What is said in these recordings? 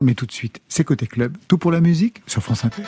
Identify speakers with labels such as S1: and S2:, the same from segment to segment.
S1: Mais tout de suite, c'est Côté Club, tout pour la musique sur France Inter.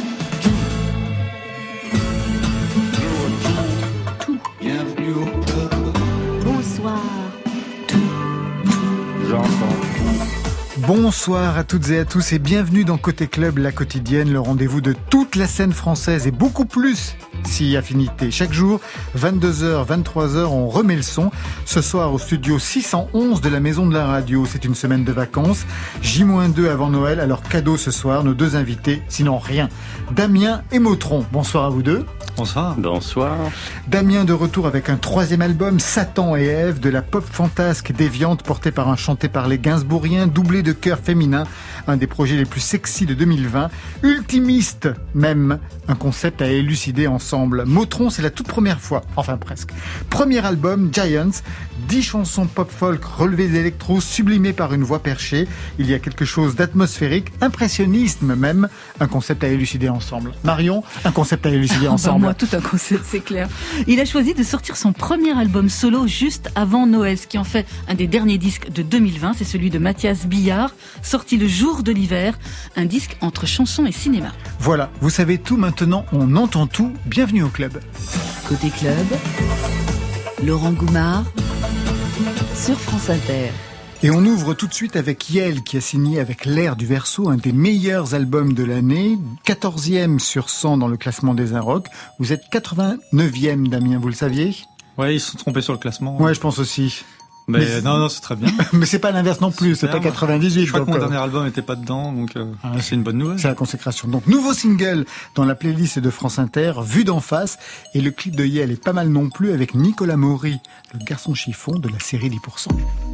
S2: Bienvenue au club.
S3: Bonsoir.
S2: J'entends tout.
S1: Bonsoir à toutes et à tous et bienvenue dans Côté Club, la quotidienne, le rendez-vous de toute la scène française et beaucoup plus si affinité. Chaque jour, 22h, 23h, on remet le son. Ce soir au studio 611 de la Maison de la Radio, c'est une semaine de vacances. J-2 avant Noël, alors cadeau ce soir, nos deux invités, sinon rien. Damien et Mautron, bonsoir à vous deux.
S4: Bonsoir.
S5: Bonsoir.
S1: Damien de retour avec un troisième album, Satan et Ève, de la pop fantasque déviante portée par un chanté par les Gainsbourgiens, doublé de chœurs féminins, un des projets les plus sexy de 2020. Ultimiste même, un concept à élucider ensemble. Mautron, c'est la toute première fois, enfin presque. Premier album, Giants, 10 chansons pop-folk relevées d'électro, sublimées par une voix perchée. Il y a quelque chose d'atmosphérique, impressionniste même, un concept à élucider ensemble. Marion, un concept à élucider ensemble.
S3: Moi, tout un concept, c'est clair. Il a choisi de sortir son premier album solo juste avant Noël, ce qui en fait un des derniers disques de 2020. C'est celui de Mathias Billard, sorti le jour de l'hiver, un disque entre chansons et cinéma.
S1: Voilà, vous savez tout maintenant, on entend tout. Bienvenue au club.
S6: Côté club, Laurent Goumard sur France Inter.
S1: Et on ouvre tout de suite avec Yael qui a signé avec L'Air du Verseau un des meilleurs albums de l'année, 14e sur 100 dans le classement des Inrocks. Vous êtes 89e, Damien, vous le saviez ?
S4: Ouais, ils se sont trompés sur le classement.
S1: Ouais, je pense aussi.
S4: Mais non, c'est très bien.
S1: Mais c'est pas l'inverse non plus, c'est pas 98.
S4: Je crois que mon
S1: donc,
S4: dernier album n'était pas dedans, donc c'est une bonne nouvelle.
S1: C'est la consécration. Donc, nouveau single dans la playlist de France Inter, Vue d'en face. Et le clip de Yael est pas mal non plus avec Nicolas Maury, le garçon chiffon de la série 10%.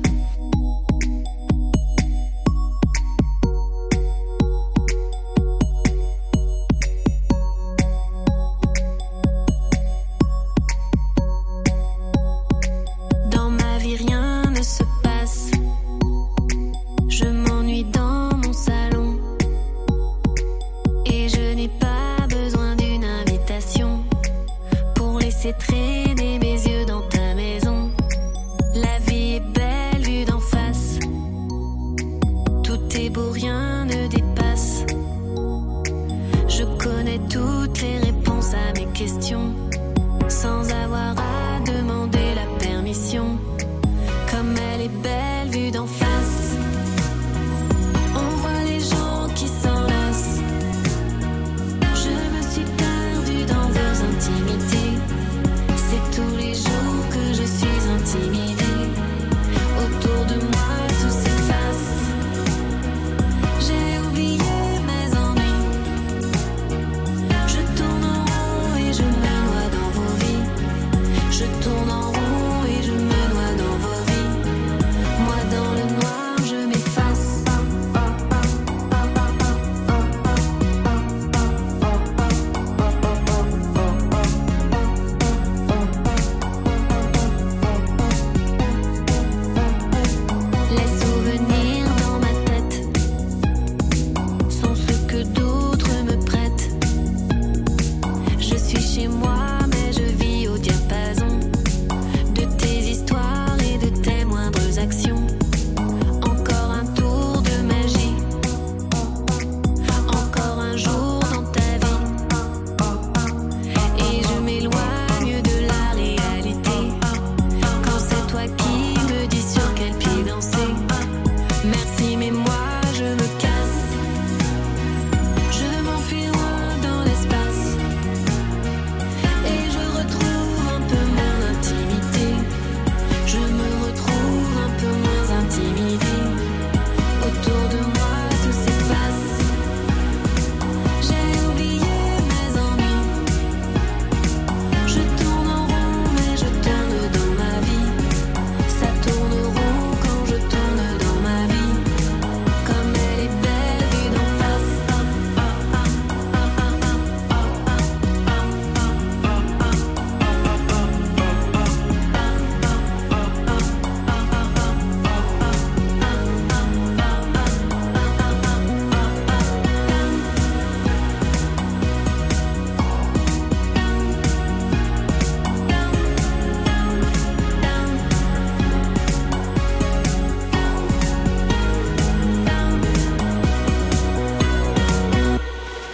S7: C'est traîner mes yeux dans ta maison. La vie est belle vue d'en face. Tout est beau, rien ne dépasse. Je connais toutes les réponses à mes questions, sans avoir à demander la permission. Comme elle est belle vue d'en face. On voit les gens qui s'enlacent. Je me suis perdue dans leurs intimités. C'est tous les jours que je suis intimidée. Autour de moi tout s'efface. J'ai oublié mes ennuis. Je tourne en rond et je me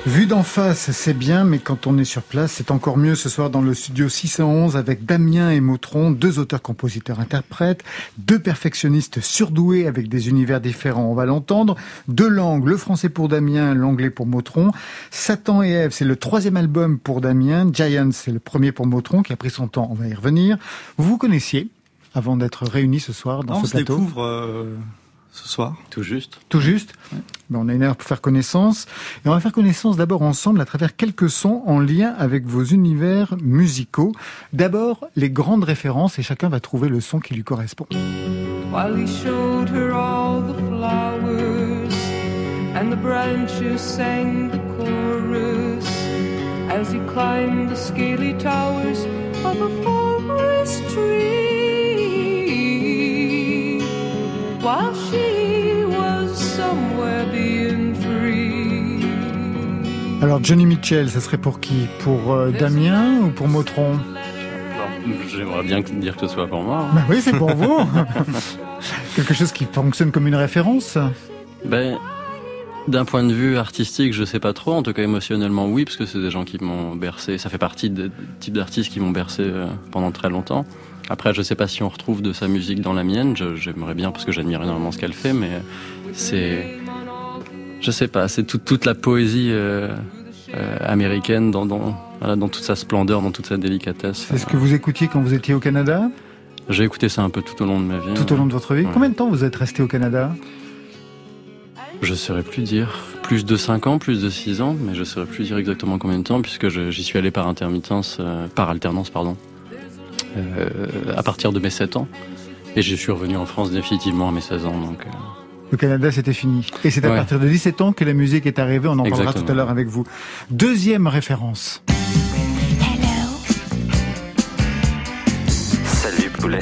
S1: Vu d'en face, c'est bien, mais quand on est sur place, c'est encore mieux. Ce soir dans le studio 611 avec Damien et Motron, 2 auteurs-compositeurs-interprètes, 2 perfectionnistes surdoués avec des univers différents, on va l'entendre. 2 langues, le français pour Damien, l'anglais pour Motron. Satan et Ève, c'est le 3e album pour Damien. Giants, c'est le premier pour Motron, qui a pris son temps, on va y revenir. Vous vous connaissiez avant d'être réunis ce soir dans ce plateau?
S4: On se découvre ce soir.
S5: Tout juste.
S1: Tout juste.
S4: Ouais.
S1: Ben, on a une heure pour faire connaissance. Et on va faire connaissance d'abord ensemble à travers quelques sons en lien avec vos univers musicaux. D'abord, les grandes références et chacun va trouver le son qui lui correspond.
S8: While he showed her all the flowers and the branches sang the chorus as he climbed the scaly towers of a forest tree. While she was somewhere being free.
S1: Alors Johnny Mitchell, ça serait pour qui? Pour Damien ou pour Motron?
S5: Bon, j'aimerais bien dire que ce soit pour moi.
S1: Ben oui, c'est pour vous. Quelque chose qui fonctionne comme une référence?
S5: Ben, d'un point de vue artistique, je sais pas trop. En tout cas, émotionnellement, oui, parce que c'est des gens qui m'ont bercé. Ça fait partie des types d'artistes qui m'ont bercé pendant très longtemps. Après, je sais pas si on retrouve de sa musique dans la mienne. J'aimerais bien parce que j'admire énormément ce qu'elle fait, mais c'est, je sais pas, c'est toute la poésie américaine dans toute sa splendeur, dans toute sa délicatesse.
S1: C'est ce que vous écoutiez quand vous étiez au Canada?
S5: J'ai écouté ça un peu tout au long de ma vie.
S1: Tout au long de votre vie.
S5: Ouais.
S1: Combien de temps vous êtes resté au Canada?
S5: Je saurais plus dire. Plus de 5 ans, plus de 6 ans, mais je saurais plus dire exactement combien de temps, puisque j'y suis allé par alternance, à partir de mes 7 ans. Et je suis revenu en France définitivement à mes 16 ans. Donc,
S1: Le Canada, c'était fini. Et c'est à partir de 17 ans que la musique est arrivée. On en parlera tout à l'heure avec vous. Deuxième référence.
S9: Salut Poulette.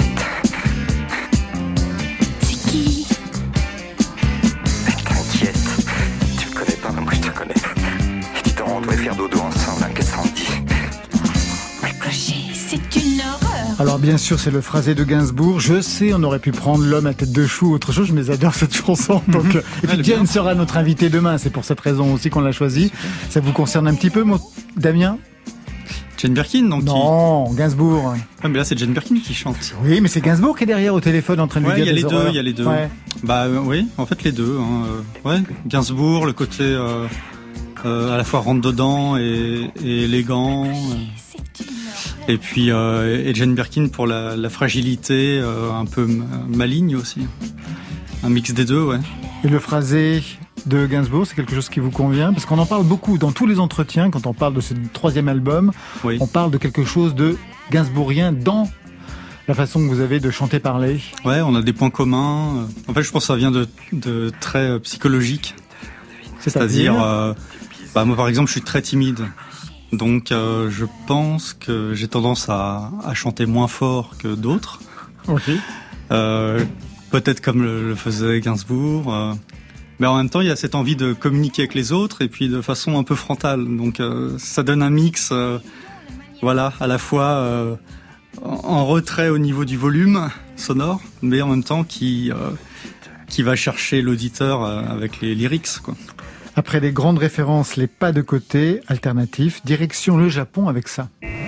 S7: C'est qui?
S9: T'inquiète, tu me connais pas, mais moi je te connais. Et tu on devrait faire dodo ensemble, hein, qu'est-ce que ça en dit?
S7: Ricochet, c'est une horreur.
S1: Alors bien sûr, c'est le phrasé de Gainsbourg. Je sais, on aurait pu prendre L'homme à tête de chou ou autre chose, mais j'adore cette chanson. Donc, et puis Jane sera notre invité demain. C'est pour cette raison aussi qu'on l'a choisi. Ça vous concerne un petit peu, Damien?
S4: Jane Birkin, donc.
S1: Non, Gainsbourg.
S4: Ah, mais là, c'est Jane Birkin qui chante.
S1: Oui, mais c'est Gainsbourg qui est derrière au téléphone en train de lui dire des horreurs.
S4: Il y a les deux.
S1: Ouais.
S4: Bah oui, en fait les deux. Ouais, Gainsbourg, le côté à la fois rentre dedans et élégant. Et puis et Jane Birkin pour la fragilité, un peu maligne aussi. Un mix des deux, ouais.
S1: Et le phrasé de Gainsbourg, c'est quelque chose qui vous convient? Parce qu'on en parle beaucoup dans tous les entretiens, quand on parle de ce 3e album,
S4: oui.
S1: On parle de quelque chose de gainsbourgien dans la façon que vous avez de chanter parler.
S4: Ouais, on a des points communs. En fait, je pense que ça vient de très psychologique. C'est-à-dire, moi par exemple, je suis très timide. Donc je pense que j'ai tendance à chanter moins fort que d'autres.
S1: Okay.
S4: Peut-être comme le faisait Gainsbourg. Mais en même temps, il y a cette envie de communiquer avec les autres et puis de façon un peu frontale. Donc ça donne un mix, à la fois en retrait au niveau du volume sonore, mais en même temps qui va chercher l'auditeur avec les lyrics, quoi.
S1: Après les grandes références, les pas de côté, alternatifs, direction le Japon avec ça.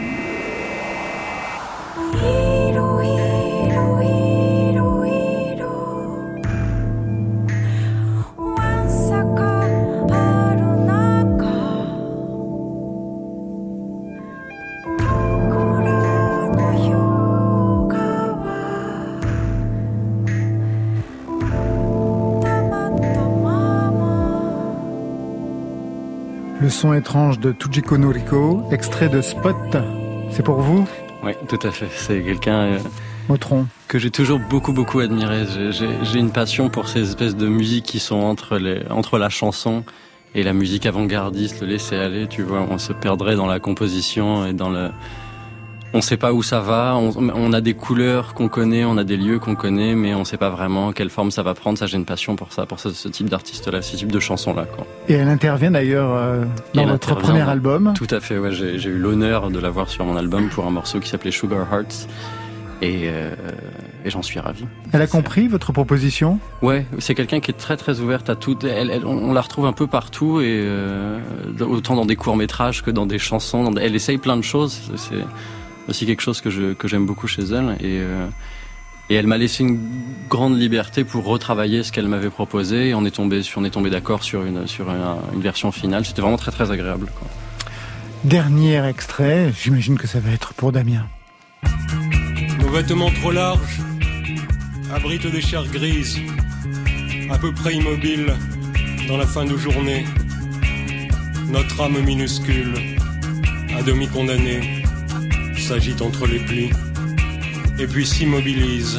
S1: Le son étrange de Tujiko Noriko, extrait de Spot. C'est pour vous?
S5: Oui, tout à fait. C'est quelqu'un
S1: Motron
S5: que j'ai toujours beaucoup admiré. J'ai une passion pour ces espèces de musiques qui sont entre la chanson et la musique avant-gardiste, le laisser aller. Tu vois, on se perdrait dans la composition et dans le. On sait pas où ça va, on a des couleurs qu'on connaît, on a des lieux qu'on connaît, mais on sait pas vraiment quelle forme ça va prendre. Ça, j'ai une passion pour ça, pour ce type d'artiste-là, ce type de chanson-là, quoi.
S1: Et elle intervient d'ailleurs dans votre premier album.
S5: Tout à fait, ouais. J'ai eu l'honneur de l'avoir sur mon album pour un morceau qui s'appelait Sugar Hearts. Et j'en suis ravi.
S1: Elle a compris votre proposition ?
S5: Ouais, c'est quelqu'un qui est très très ouverte à tout. On la retrouve un peu partout, et autant dans des courts-métrages que dans des chansons. Elle essaye plein de choses. C'est aussi quelque chose que j'aime beaucoup chez elle. Et elle m'a laissé une grande liberté pour retravailler ce qu'elle m'avait proposé. Et on est tombé d'accord sur une version finale. C'était vraiment très très agréable, quoi.
S1: Dernier extrait, j'imagine que ça va être pour Damien.
S10: Nos vêtements trop larges abritent des chairs grises, à peu près immobiles dans la fin de journée. Notre âme minuscule, à demi condamnée, s'agite entre les plis et puis s'immobilise.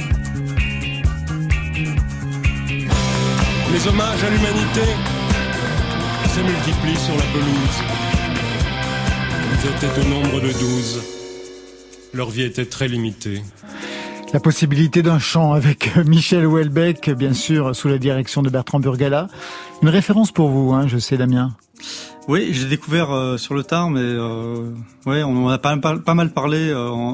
S10: Les hommages à l'humanité se multiplient sur la pelouse. Ils étaient au nombre de 12. Leur vie était très limitée.
S1: La possibilité d'un chant avec Michel Houellebecq, bien sûr, sous la direction de Bertrand Burgala. Une référence pour vous, hein, je sais, Damien.
S4: Oui, j'ai découvert sur le tard, mais ouais, on en a pas mal parlé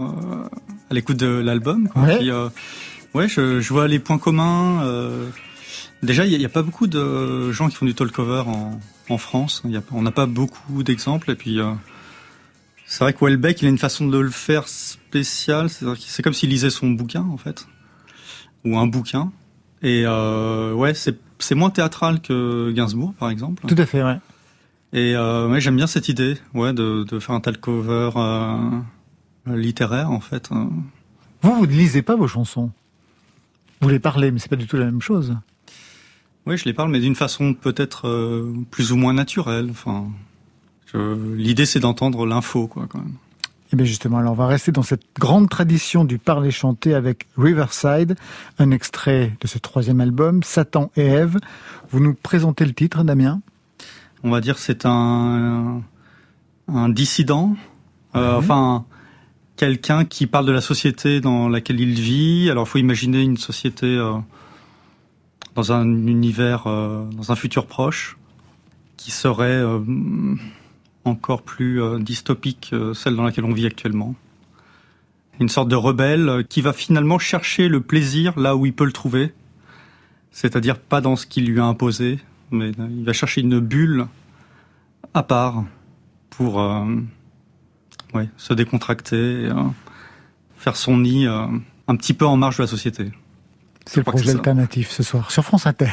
S4: à l'écoute de l'album, quoi.
S1: Ouais.
S4: Puis, ouais, je vois les points communs. Déjà, il y a pas beaucoup de gens qui font du talk-cover en France. On n'a pas beaucoup d'exemples. Et puis, c'est vrai que Houellebecq, il a une façon de le faire spéciale. C'est comme s'il lisait son bouquin, en fait, ou un bouquin. Et ouais, c'est moins théâtral que Gainsbourg, par exemple.
S1: Tout à fait, ouais.
S4: Et ouais, j'aime bien cette idée, ouais, de faire un talk-cover littéraire, en fait.
S1: Vous ne lisez pas vos chansons. Vous les parlez, mais c'est pas du tout la même chose.
S4: Oui, je les parle, mais d'une façon peut-être plus ou moins naturelle. Enfin, l'idée, c'est d'entendre l'info, quoi, quand même.
S1: Et bien justement, alors on va rester dans cette grande tradition du parler chanté avec Riverside, un extrait de ce 3e album, Satan et Ève. Vous nous présentez le titre, Damien ?
S4: On va dire c'est un dissident, enfin quelqu'un qui parle de la société dans laquelle il vit. Alors il faut imaginer une société dans un univers, dans un futur proche, qui serait encore plus dystopique que celle dans laquelle on vit actuellement. Une sorte de rebelle qui va finalement chercher le plaisir là où il peut le trouver, c'est-à-dire pas dans ce qu'il lui a imposé, mais il va chercher une bulle à part pour ouais, se décontracter, faire son nid un petit peu en marge de la société.
S1: C'est le projet alternatif ce soir sur France Inter.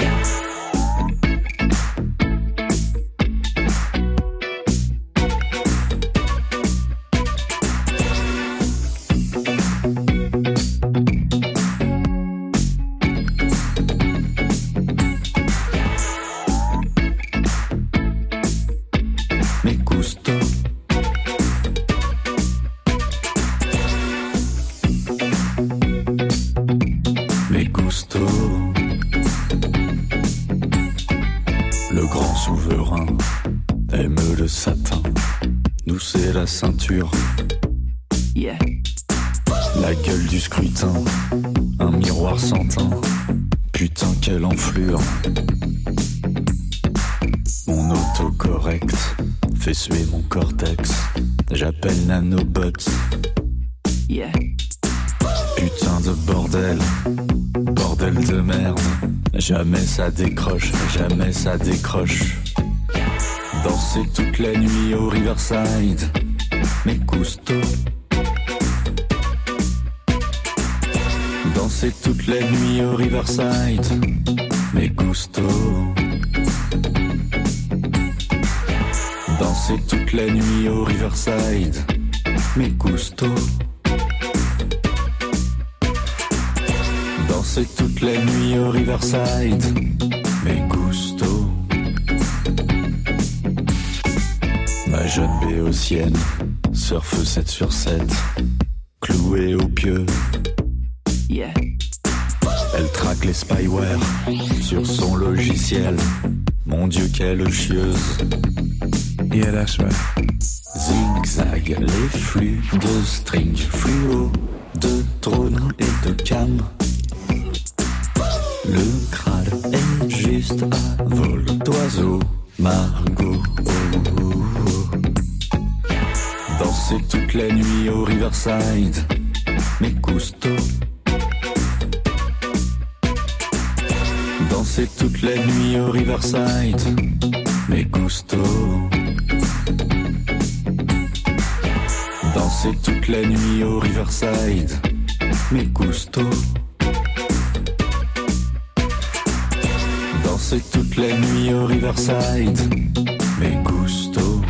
S11: Ceinture, yeah. La gueule du scrutin, un miroir sans teint, putain quelle enflure. Mon autocorrect fait suer mon cortex, j'appelle nanobots, yeah. Putain de bordel, bordel de merde, jamais ça décroche, jamais ça décroche. Danser toute la nuit au Riverside, mais gusto. Danser toute la nuit au Riverside, mais gusto. Danser toute la nuit au Riverside, mais gusto. Danser toute la nuit au Riverside, mais gusto. Ma jeune béotienne surfe 7 sur 7, clouée au pieu. Yeah. Elle traque les spyware sur son logiciel. Mon Dieu, quelle chieuse. Yeah, that's right. Zigzag, les flux de string fluo, de drones et de cam. Le crâne est juste à vol d'oiseau. Margot, oh, oh, oh. Danser toute la nuit au Riverside, mais gusto. Danser toute la nuit au Riverside, mais gusto. Danser toute la nuit au Riverside, mais gusto. Danser toute la nuit au Riverside, mais gusto.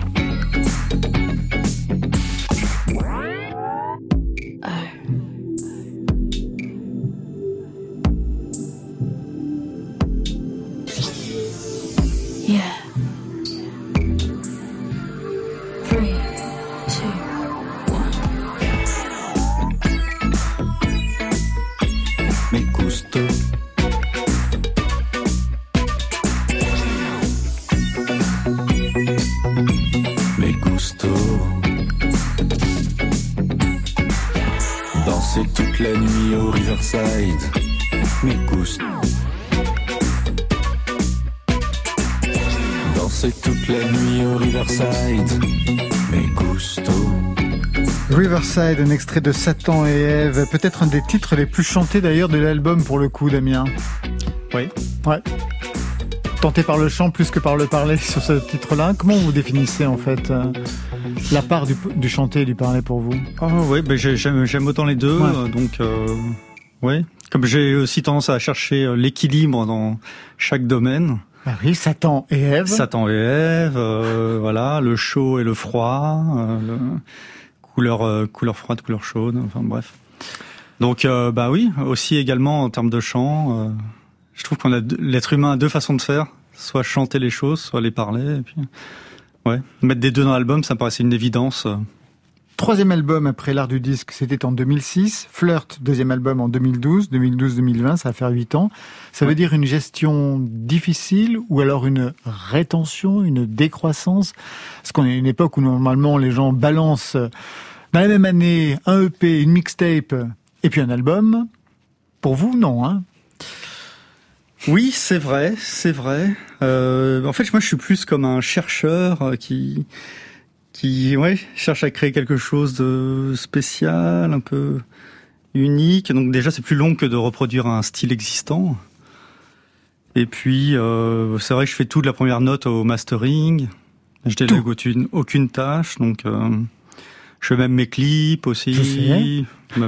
S11: Mais gusto. Danser toute la nuit au Riverside, mais gusto.
S1: Riverside, un extrait de Satan et Ève, peut-être un des titres les plus chantés d'ailleurs de l'album pour le coup, Damien.
S4: Oui.
S1: Ouais. Tenté par le chant plus que par le parler sur ce titre-là. Comment vous définissez en fait la part du chanter et du parler pour vous?
S4: Oui, j'aime autant les deux, donc ouais. Comme j'ai aussi tendance à chercher l'équilibre dans chaque domaine.
S1: Ah oui, Satan et Ève.
S4: Satan et Ève, voilà, le chaud et le froid, couleur froide, couleur chaude, enfin bref. Donc oui, aussi également en termes de chant, je trouve l'être humain a deux façons de faire, soit chanter les choses, soit les parler, et puis mettre des deux dans l'album, ça me paraissait une évidence.
S1: Troisième album après l'art du disque, c'était en 2006. Flirt, deuxième album en 2012. 2012-2020, ça va faire 8 ans. Ça veut dire une gestion difficile ou alors une rétention, une décroissance? Parce qu'on est à une époque où normalement les gens balancent dans la même année un EP, une mixtape et puis un album. Pour vous, non, hein?
S4: Oui, c'est vrai. En fait, moi, je suis plus comme un chercheur qui cherche à créer quelque chose de spécial, un peu unique. Donc déjà, c'est plus long que de reproduire un style existant. Et puis, c'est vrai que je fais tout de la première note au mastering. Je délègue aucune tâche. Donc, je fais même mes clips aussi.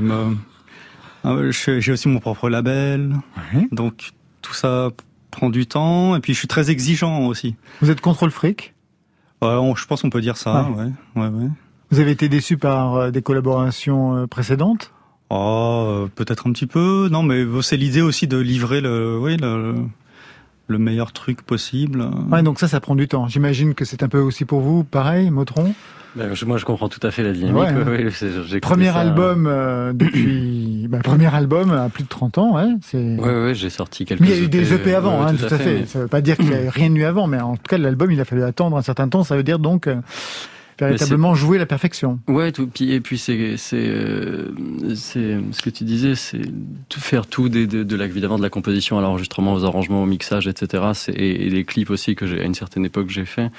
S4: J'ai aussi mon propre label.
S1: Ouais.
S4: Donc, tout ça prend du temps. Et puis, je suis très exigeant aussi.
S1: Vous êtes contre le fric?
S4: Je pense qu'on peut dire ça, ouais.
S1: Vous avez été déçu par des collaborations précédentes?
S4: Peut-être un petit peu. Non, mais c'est l'idée aussi de livrer le meilleur truc possible.
S1: Ouais, donc ça prend du temps. J'imagine que c'est un peu aussi pour vous, pareil, Motron?
S5: Moi, je comprends tout à fait la dynamique.
S1: Ouais. Premier album depuis... premier album à plus de 30 ans, ouais.
S5: Ouais, j'ai sorti quelques...
S1: Mais il y a eu des EP avant,
S5: tout
S1: à fait. Mais... Ça veut pas dire qu'il n'y a rien eu avant, mais en tout cas, l'album, il a fallu attendre un certain temps. Ça veut dire donc véritablement jouer la perfection. Ouais,
S5: et puis c'est ce que tu disais, c'est faire tout évidemment de la composition à l'enregistrement, aux arrangements, au mixage, etc. Et les clips aussi que à une certaine époque j'ai fait.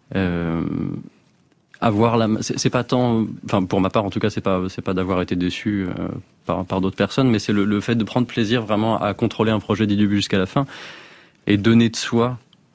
S5: C'est pas tant, enfin pour ma part en tout cas, c'est pas d'avoir été déçu par d'autres personnes, mais c'est le fait de prendre plaisir vraiment à contrôler un projet du début jusqu'à la fin et donner de soi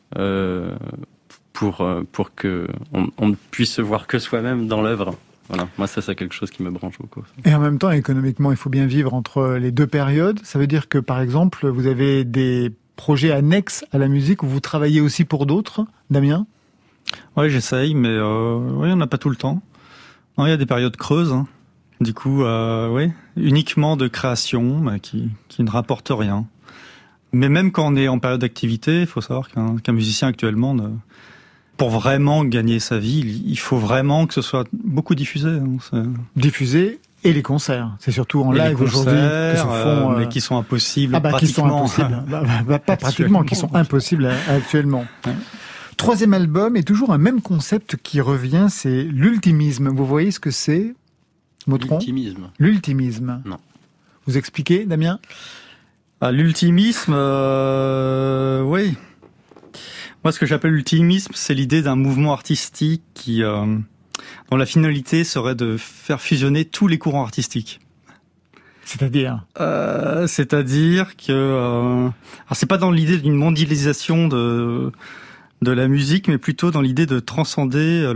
S5: pour que on ne puisse se voir que soi-même dans l'œuvre. Voilà, moi ça c'est quelque chose qui me branche beaucoup.
S1: Et en même temps, économiquement, il faut bien vivre entre les deux périodes. Ça veut dire que par exemple, vous avez des projets annexes à la musique où vous travaillez aussi pour d'autres, Damien?
S4: Ouais, j'essaye, mais on n'a pas tout le temps. Il y a des périodes creuses. Hein. Du coup, uniquement de création qui ne rapporte rien. Mais même quand on est en période d'activité, il faut savoir qu'un musicien actuellement, pour vraiment gagner sa vie, il faut vraiment que ce soit beaucoup diffusé. Hein.
S1: Diffusé et les concerts. C'est surtout en live aujourd'hui que se font...
S4: mais qui sont impossibles pratiquement.
S1: Qui sont impossibles. Pas pratiquement, qui sont impossibles actuellement. Ouais. Troisième album, et toujours un même concept qui revient, c'est l'ultimisme. Vous voyez ce que c'est, Motron? L'ultimisme.
S5: Non.
S1: Vous expliquez, Damien?
S4: L'ultimisme, oui. Moi, ce que j'appelle l'ultimisme, c'est l'idée d'un mouvement artistique dont la finalité serait de faire fusionner tous les courants artistiques.
S1: C'est-à-dire
S4: C'est-à-dire que... alors c'est pas dans l'idée d'une mondialisation de la musique, mais plutôt dans l'idée de transcender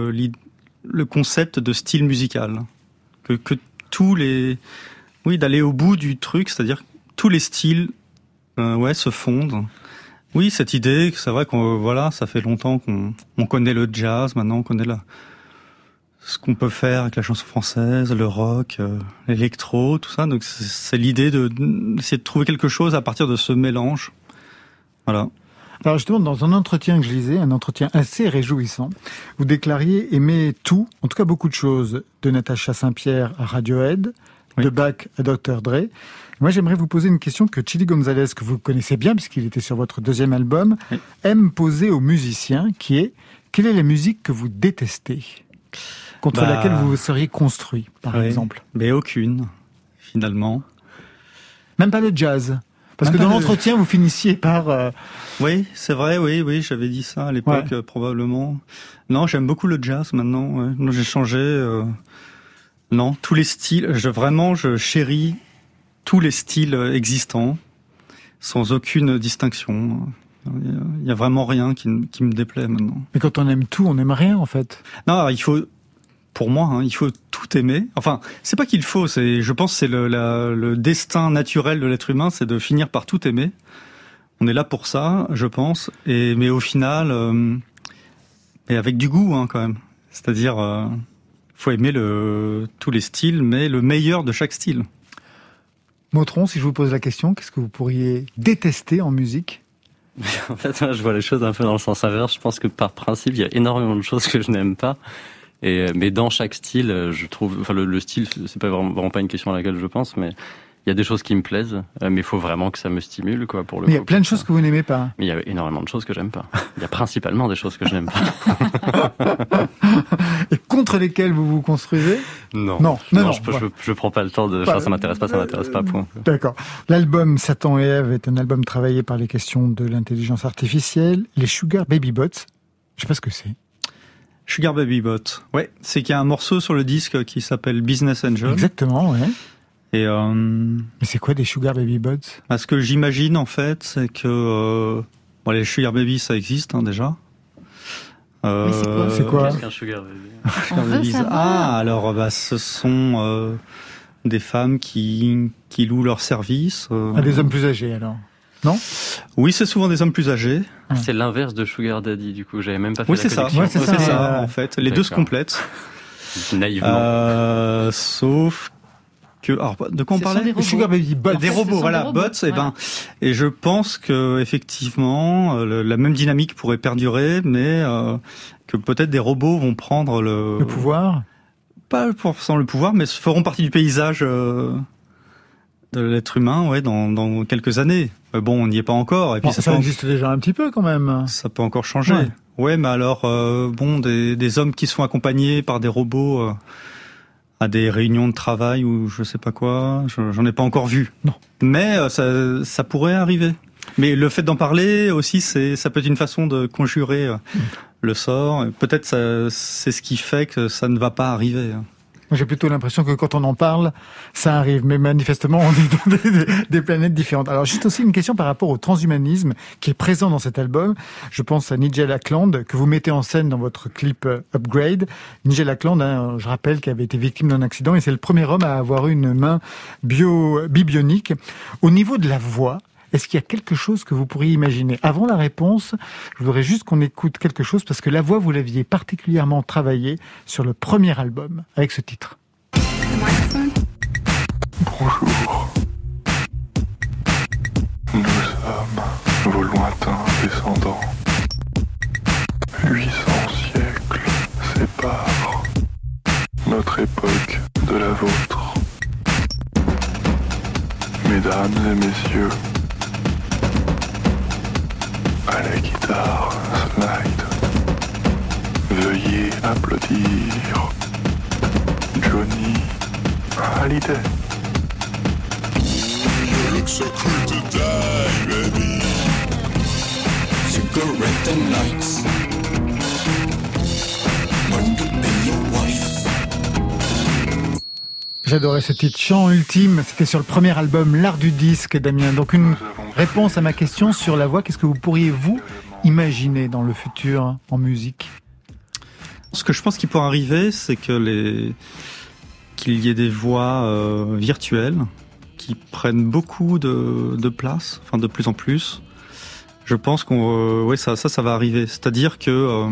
S4: le concept de style musical. Que tous les... Oui, d'aller au bout du truc, c'est-à-dire que tous les styles se fondent. Oui, cette idée, c'est vrai qu'on ça fait longtemps qu'on connaît le jazz, maintenant on connaît ce qu'on peut faire avec la chanson française, le rock, l'électro, tout ça. Donc c'est l'idée d'essayer de trouver quelque chose à partir de ce mélange. Voilà.
S1: Alors justement, dans un entretien que je lisais, un entretien assez réjouissant, vous déclariez aimer tout, en tout cas beaucoup de choses, de Natacha Saint-Pierre à Radiohead, de Bach à Dr. Dre. Moi, j'aimerais vous poser une question que Chili Gonzalez, que vous connaissez bien, puisqu'il était sur votre deuxième album, aime poser aux musiciens, qui est « Quelle est la musique que vous détestez ?» contre laquelle vous vous seriez construit, par exemple.
S4: Mais aucune, finalement.
S1: Même pas le jazz. Parce que dans l'entretien, vous finissiez par...
S4: Oui, c'est vrai, oui, j'avais dit ça à l'époque, probablement. Non, j'aime beaucoup le jazz maintenant. Ouais. Non, j'ai changé... Non, tous les styles. Je chéris tous les styles existants, sans aucune distinction. Il y a vraiment rien qui me déplaît maintenant.
S1: Mais quand on aime tout, on n'aime rien, en fait.
S4: Non, pour moi, il faut tout aimer. Enfin, c'est pas qu'il faut, je pense que c'est le destin naturel de l'être humain, c'est de finir par tout aimer. On est là pour ça, je pense. Mais au final, et avec du goût, quand même. C'est-à-dire, faut aimer tous les styles, mais le meilleur de chaque style.
S1: Motron, si je vous pose la question, qu'est-ce que vous pourriez détester en musique ?
S5: En fait, moi, je vois les choses un peu dans le sens inverse. Je pense que par principe, il y a énormément de choses que je n'aime pas. Mais dans chaque style, je trouve, le style, c'est pas vraiment pas une question à laquelle je pense, mais il y a des choses qui me plaisent, mais il faut vraiment que ça me stimule, quoi, pour le coup.
S1: Mais il y a plein de choses que vous n'aimez pas.
S5: Mais il y a énormément de choses que j'aime pas. Il y a principalement des choses que je n'aime pas.
S1: Et contre lesquelles vous vous construisez ?
S5: Non, je prends pas le temps de... ça m'intéresse pas, point.
S1: D'accord. L'album Satan et Ève est un album travaillé par les questions de l'intelligence artificielle. Les Sugar Baby Bots, je sais pas ce que c'est.
S4: Sugar Baby Bot, ouais, c'est qu'il y a un morceau sur le disque qui s'appelle Business Angel.
S1: Exactement, ouais.
S4: Et
S1: mais c'est quoi des Sugar Baby Bots ?
S4: Ce que j'imagine en fait, c'est que les Sugar Baby, ça existe déjà.
S3: Mais
S1: c'est quoi
S5: Qu'est-ce qu'un Sugar Baby ?
S4: Alors ce sont des femmes qui louent leurs services.
S1: Des hommes plus âgés alors ? Non ?
S4: Oui, c'est souvent des hommes plus âgés.
S5: C'est l'inverse de Sugar Daddy, du coup. J'avais même pas fait la connexion.
S4: C'est ça, en fait. Les deux se complètent.
S5: Naïvement.
S4: Sauf que... Alors, de quoi on parlait ?
S1: Des Sugar Baby Bots.
S4: Des robots, voilà. Bots, et je pense que effectivement, la même dynamique pourrait perdurer, mais que peut-être des robots vont prendre
S1: le pouvoir ?
S4: Pas sans le pouvoir, mais feront partie du paysage... de l'être humain, dans quelques années. Bon, on n'y est pas encore. Et puis
S1: ça existe déjà un petit peu quand même.
S4: Ça peut encore changer. Ouais, mais alors, des hommes qui sont accompagnés par des robots à des réunions de travail ou je sais pas quoi, j'en ai pas encore vu.
S1: Non.
S4: Mais ça pourrait arriver. Mais le fait d'en parler aussi, ça peut être une façon de conjurer le sort. Peut-être c'est ce qui fait que ça ne va pas arriver.
S1: J'ai plutôt l'impression que quand on en parle, ça arrive. Mais manifestement, on est dans des planètes différentes. Alors, juste aussi une question par rapport au transhumanisme qui est présent dans cet album. Je pense à Nigel Ackland, que vous mettez en scène dans votre clip Upgrade. Nigel Ackland, je rappelle, qui avait été victime d'un accident et c'est le premier homme à avoir eu une main bionique. Au niveau de la voix, est-ce qu'il y a quelque chose que vous pourriez imaginer ? Avant la réponse, je voudrais juste qu'on écoute quelque chose parce que la voix, vous l'aviez particulièrement travaillée sur le premier album, avec ce titre.
S12: Bonjour. Nous sommes vos lointains descendants. 800 siècles séparent notre époque de la vôtre. Mesdames et messieurs, à la guitare slide, veuillez applaudir Johnny Hallyday.
S13: You look so cool to die, baby. Cigarette and lights. Want to be your wife.
S1: J'adorais ce titre, Chant ultime. C'était sur le premier album, L'Art du disque, Damien. Donc une réponse à ma question sur la voix. Qu'est-ce que vous pourriez, vous, imaginer dans le futur en musique ?
S4: Ce que je pense qu'il pourrait arriver, c'est que qu'il y ait des voix virtuelles qui prennent beaucoup de place, enfin de plus en plus. Je pense qu'on, ça va arriver. C'est-à-dire que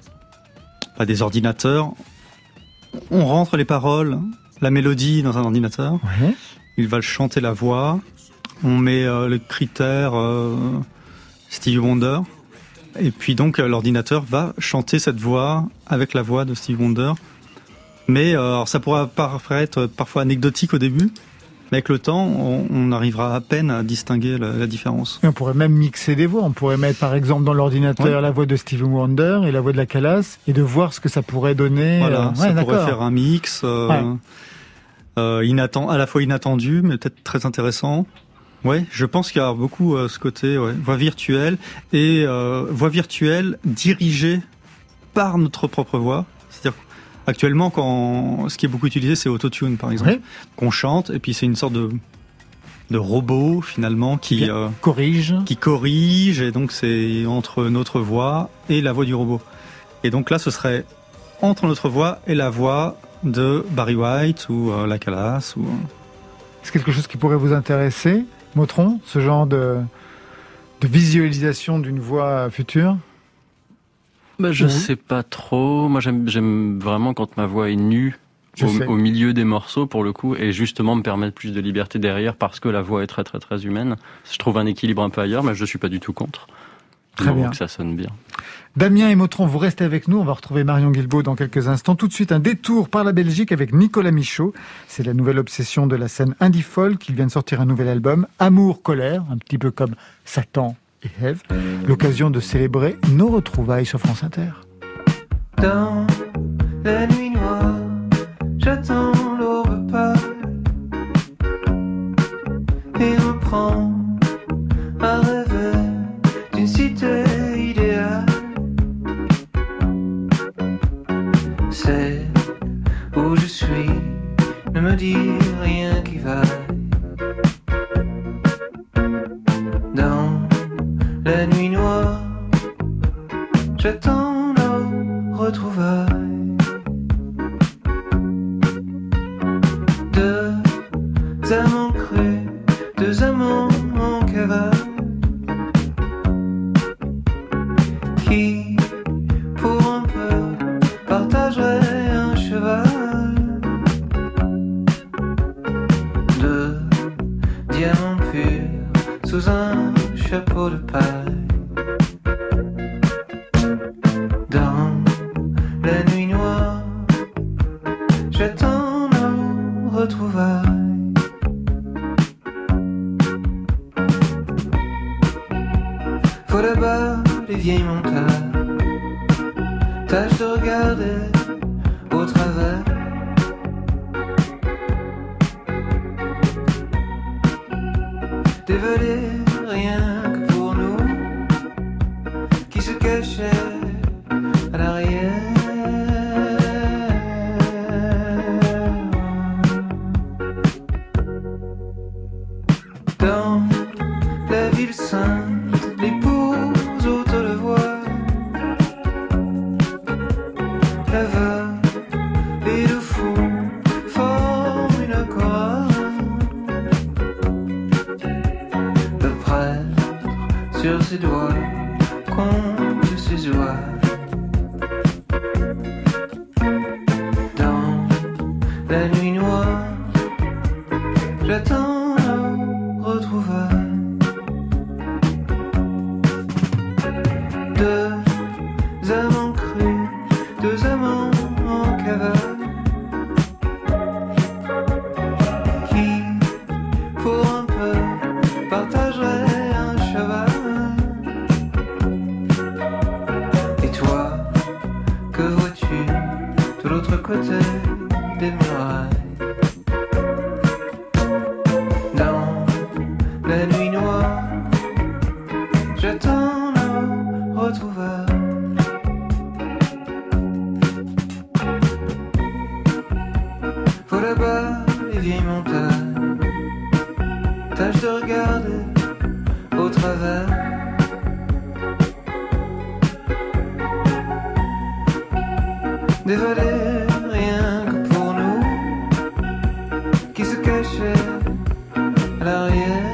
S4: des ordinateurs, on rentre les paroles, la mélodie dans un ordinateur.
S1: Ouais.
S4: Il va chanter la voix. On met le critère Stevie Wonder. Et puis donc l'ordinateur va chanter cette voix avec la voix de Stevie Wonder. Mais alors ça pourra paraître parfois anecdotique au début, mais avec le temps, on arrivera à peine à distinguer la différence.
S1: Et on pourrait même mixer des voix. On pourrait mettre par exemple dans l'ordinateur la voix de Stevie Wonder et la voix de la Calas et de voir ce que ça pourrait donner.
S4: Voilà, ça pourrait faire un mix à la fois inattendu, mais peut-être très intéressant. Ouais, je pense qu'il y a beaucoup ce côté voix virtuelle et voix virtuelle dirigée par notre propre voix. C'est-à-dire actuellement, ce qui est beaucoup utilisé, c'est Autotune, par exemple, qu'on chante et puis c'est une sorte de robot finalement qui corrige et donc c'est entre notre voix et la voix du robot. Et donc là, ce serait entre notre voix et la voix de Barry White ou la Calas ou.
S1: C'est quelque chose qui pourrait vous intéresser, Motron, ce genre de visualisation d'une voix future?
S5: Je sais pas trop. Moi, j'aime vraiment quand ma voix est nue au milieu des morceaux, pour le coup, et justement me permettre plus de liberté derrière parce que la voix est très, très, très humaine. Je trouve un équilibre un peu ailleurs, mais je suis pas du tout contre.
S1: Très bien.
S5: Que ça sonne bien.
S1: Damien et Motron, vous restez avec nous. On va retrouver Marion Guilbault dans quelques instants. Tout de suite, un détour par la Belgique avec Nicolas Michaud. C'est la nouvelle obsession de la scène indie folk. Il vient de sortir un nouvel album, Amour, colère, un petit peu comme Satan et Ève. L'occasion de célébrer nos retrouvailles sur France Inter.
S14: Dans la nuit noire, j'attends l'aube pâle et reprends à rêver d'une cité idéale. C'est où je suis, ne me dis rien qui vaille. Dans la nuit noire, j'attends nos retrouvailles. Deux amants crus, deux amants en cavale, qui, pour un peu, partageraient un cheval. Deux diamants purs sous un chapeau de paille. Dans la nuit noire, j'attends nos retrouvailles. Faut là-bas les vieilles montagnes, tâche de regarder au travers. Dévaler rien que pour nous, qui se cachait à l'arrière. Dans la ville sainte, l'épouse autour de voix, la veuve et le fou forment une chorale. Le prêtre sur ses doigts compte ses oies. Dans la nuit noire, j'attends nos retrouvailles. Deux amants crus, deux amants en cavale, qui, pour un peu, partageraient un cheval. Et toi, que vois-tu de l'autre côté des murailles? Dans la nuit noire, j'attends nos retrouvailles. Faut là-bas les vieilles montagnes, tâche de regarder au travers. Des vallées rien que pour nous, qui se cachaient à l'arrière.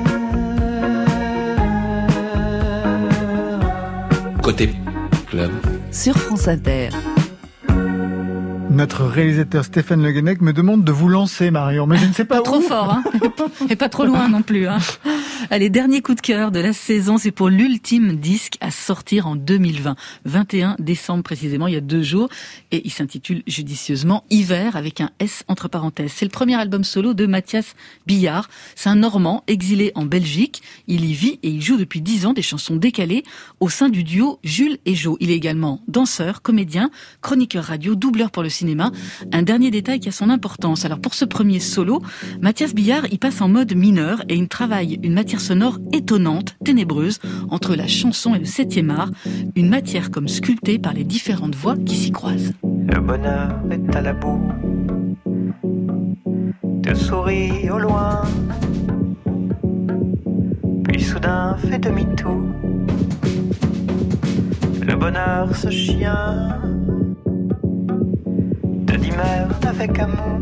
S11: Côté club.
S6: Sur France Inter.
S1: Notre réalisateur Stéphane Le Guenec me demande de vous lancer, Marion, mais je ne sais pas où.
S3: Trop fort, hein. Et pas trop loin non plus, hein. Allez, dernier coup de cœur de la saison, c'est pour l'ultime disque à sortir en 2020. 21 décembre précisément, il y a 2 jours. Et il s'intitule judicieusement Hiver avec un S entre parenthèses. C'est le premier album solo de Mathias Billard. C'est un Normand exilé en Belgique. Il y vit et il joue depuis 10 ans des chansons décalées au sein du duo Jules et Jo. Il est également danseur, comédien, chroniqueur radio, doubleur pour le cinéma. Un dernier détail qui a son importance. Alors pour ce premier solo, Mathias Billard, il passe en mode mineur et il travaille une matière sonore étonnante, ténébreuse, entre la chanson et le 7e art, une matière comme sculptée par les différentes voix qui s'y croisent.
S14: Le bonheur est à la boue, te souris au loin, puis soudain fait demi-tour. Le bonheur, ce chien, te dit merde avec amour.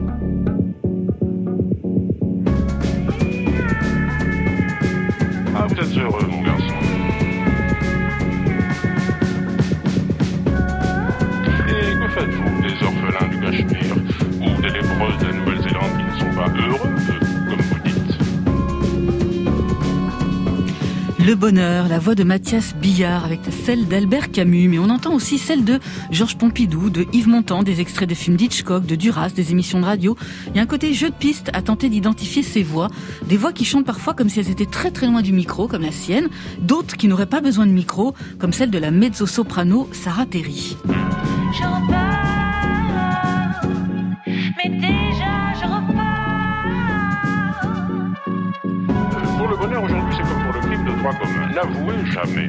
S12: Ah, vous êtes heureux, mon garçon. Et que faites-vous des orphelins du Cachemire ou des lépreuses de la Nouvelle-Zélande qui ne sont pas heureux, comme vous dites?
S3: Le bonheur, la voix de Mathias Billard avec celle d'Albert Camus, mais on entend aussi celle de Georges Pompidou, de Yves Montand, des extraits de films d'Hitchcock, de Duras, des émissions de radio. Il y a un côté jeu de piste à tenter d'identifier ces voix, des voix qui chantent parfois comme si elles étaient très très loin du micro, comme la sienne, d'autres qui n'auraient pas besoin de micro, comme celle de la mezzo-soprano Sarah Terry.
S15: Je repars, mais déjà je repars.
S12: Pour le bonheur, aujourd'hui, c'est comme pour le crime de droit commun. N'avouez jamais.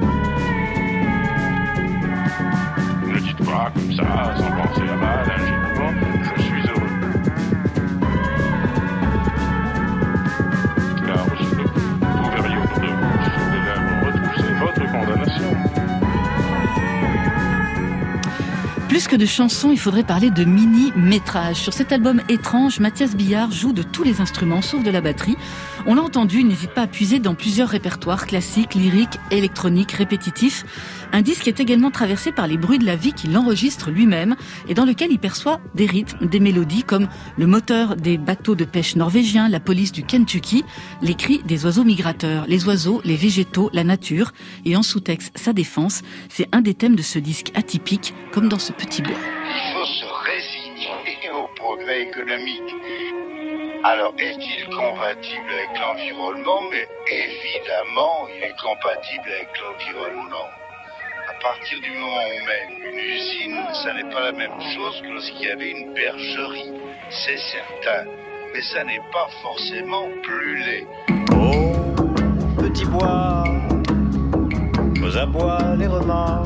S12: Ne dites pas comme ça, sans penser à mal, ingénument, je suis heureux. Car aussitôt, vous verriez autour de vous, sous les lèvres retroussées, votre condamnation.
S3: Plus que de chansons, il faudrait parler de mini-métrages. Sur cet album étrange, Mathias Billard joue de tous les instruments, sauf de la batterie. On l'a entendu, il n'hésite pas à puiser dans plusieurs répertoires classiques, lyriques, électroniques, répétitifs. Un disque est également traversé par les bruits de la vie qu'il enregistre lui-même et dans lequel il perçoit des rythmes, des mélodies comme le moteur des bateaux de pêche norvégiens, la police du Kentucky, les cris des oiseaux migrateurs, les oiseaux, les végétaux, la nature et en sous-texte sa défense. C'est un des thèmes de ce disque atypique, comme dans ce petit bois.
S16: Il faut se résigner au progrès économique. Alors, est-il compatible avec l'environnement? Mais évidemment, il est compatible avec l'environnement. À partir du moment où on met une usine, ça n'est pas la même chose que lorsqu'il y avait une bergerie. C'est certain. Mais ça n'est pas forcément plus laid.
S14: Oh, petit bois, aux abois les remords.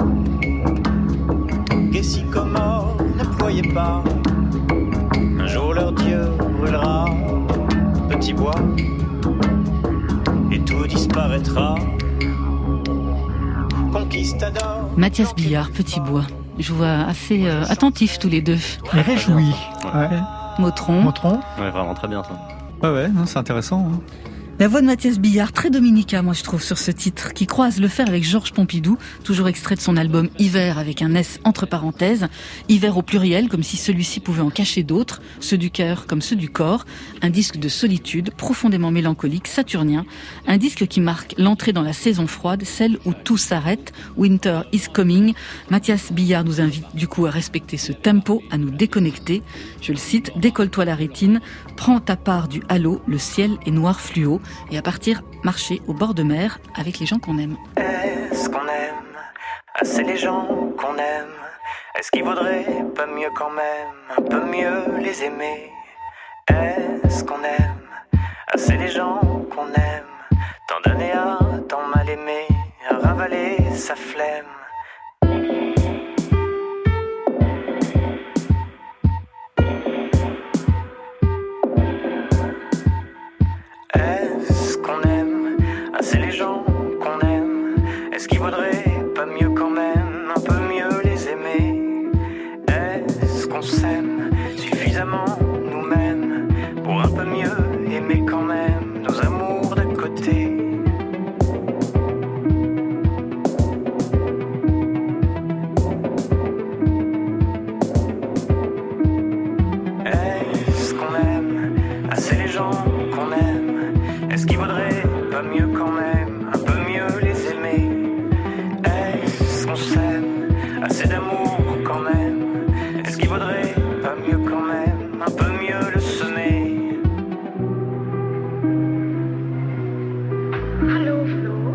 S14: Et si Comores ne ployait pas, un jour leur Dieu brûlera. Petit bois, et tout disparaîtra. Conquistador.
S3: Mathias Billard, Petit Bois. Je vois assez attentifs tous les deux.
S1: Et réjouis. Ouais.
S3: Motron.
S5: Ouais, vraiment très bien ça.
S4: Ouais, non, c'est intéressant. Hein.
S3: La voix de Mathias Billard, très dominica, moi je trouve, sur ce titre, qui croise le fer avec Georges Pompidou, toujours extrait de son album Hiver avec un S entre parenthèses. Hiver au pluriel, comme si celui-ci pouvait en cacher d'autres, ceux du cœur comme ceux du corps. Un disque de solitude, profondément mélancolique, saturnien. Un disque qui marque l'entrée dans la saison froide, celle où tout s'arrête. Winter is coming. Mathias Billard nous invite du coup à respecter ce tempo, à nous déconnecter. Je le cite, décolle-toi la rétine, prends ta part du halo, le ciel est noir fluo. Et à partir marcher au bord de mer avec les gens qu'on aime.
S14: Est-ce qu'on aime assez les gens qu'on aime? Est-ce qu'il vaudrait pas mieux quand même un peu mieux les aimer? Est-ce qu'on aime assez les gens qu'on aime? Tant donné à tant mal aimé, à ravaler sa flemme. assez d'amour quand même. Est-ce qu'il vaudrait pas mieux quand même, un peu mieux le semer?
S15: Hallo Flo.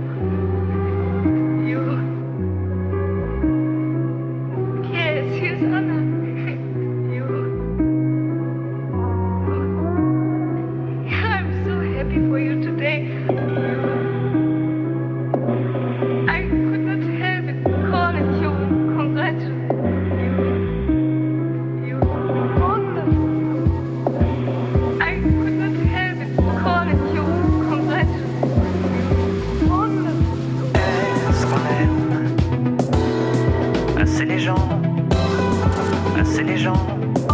S15: Yes, here's Anna. I'm so happy for you today. I could not help it calling you and congratulating you. You're wonderful. I could not help it calling you and congratulating you. Wonderful.
S14: Est-ce qu'on aime assez les gens, assez les gens?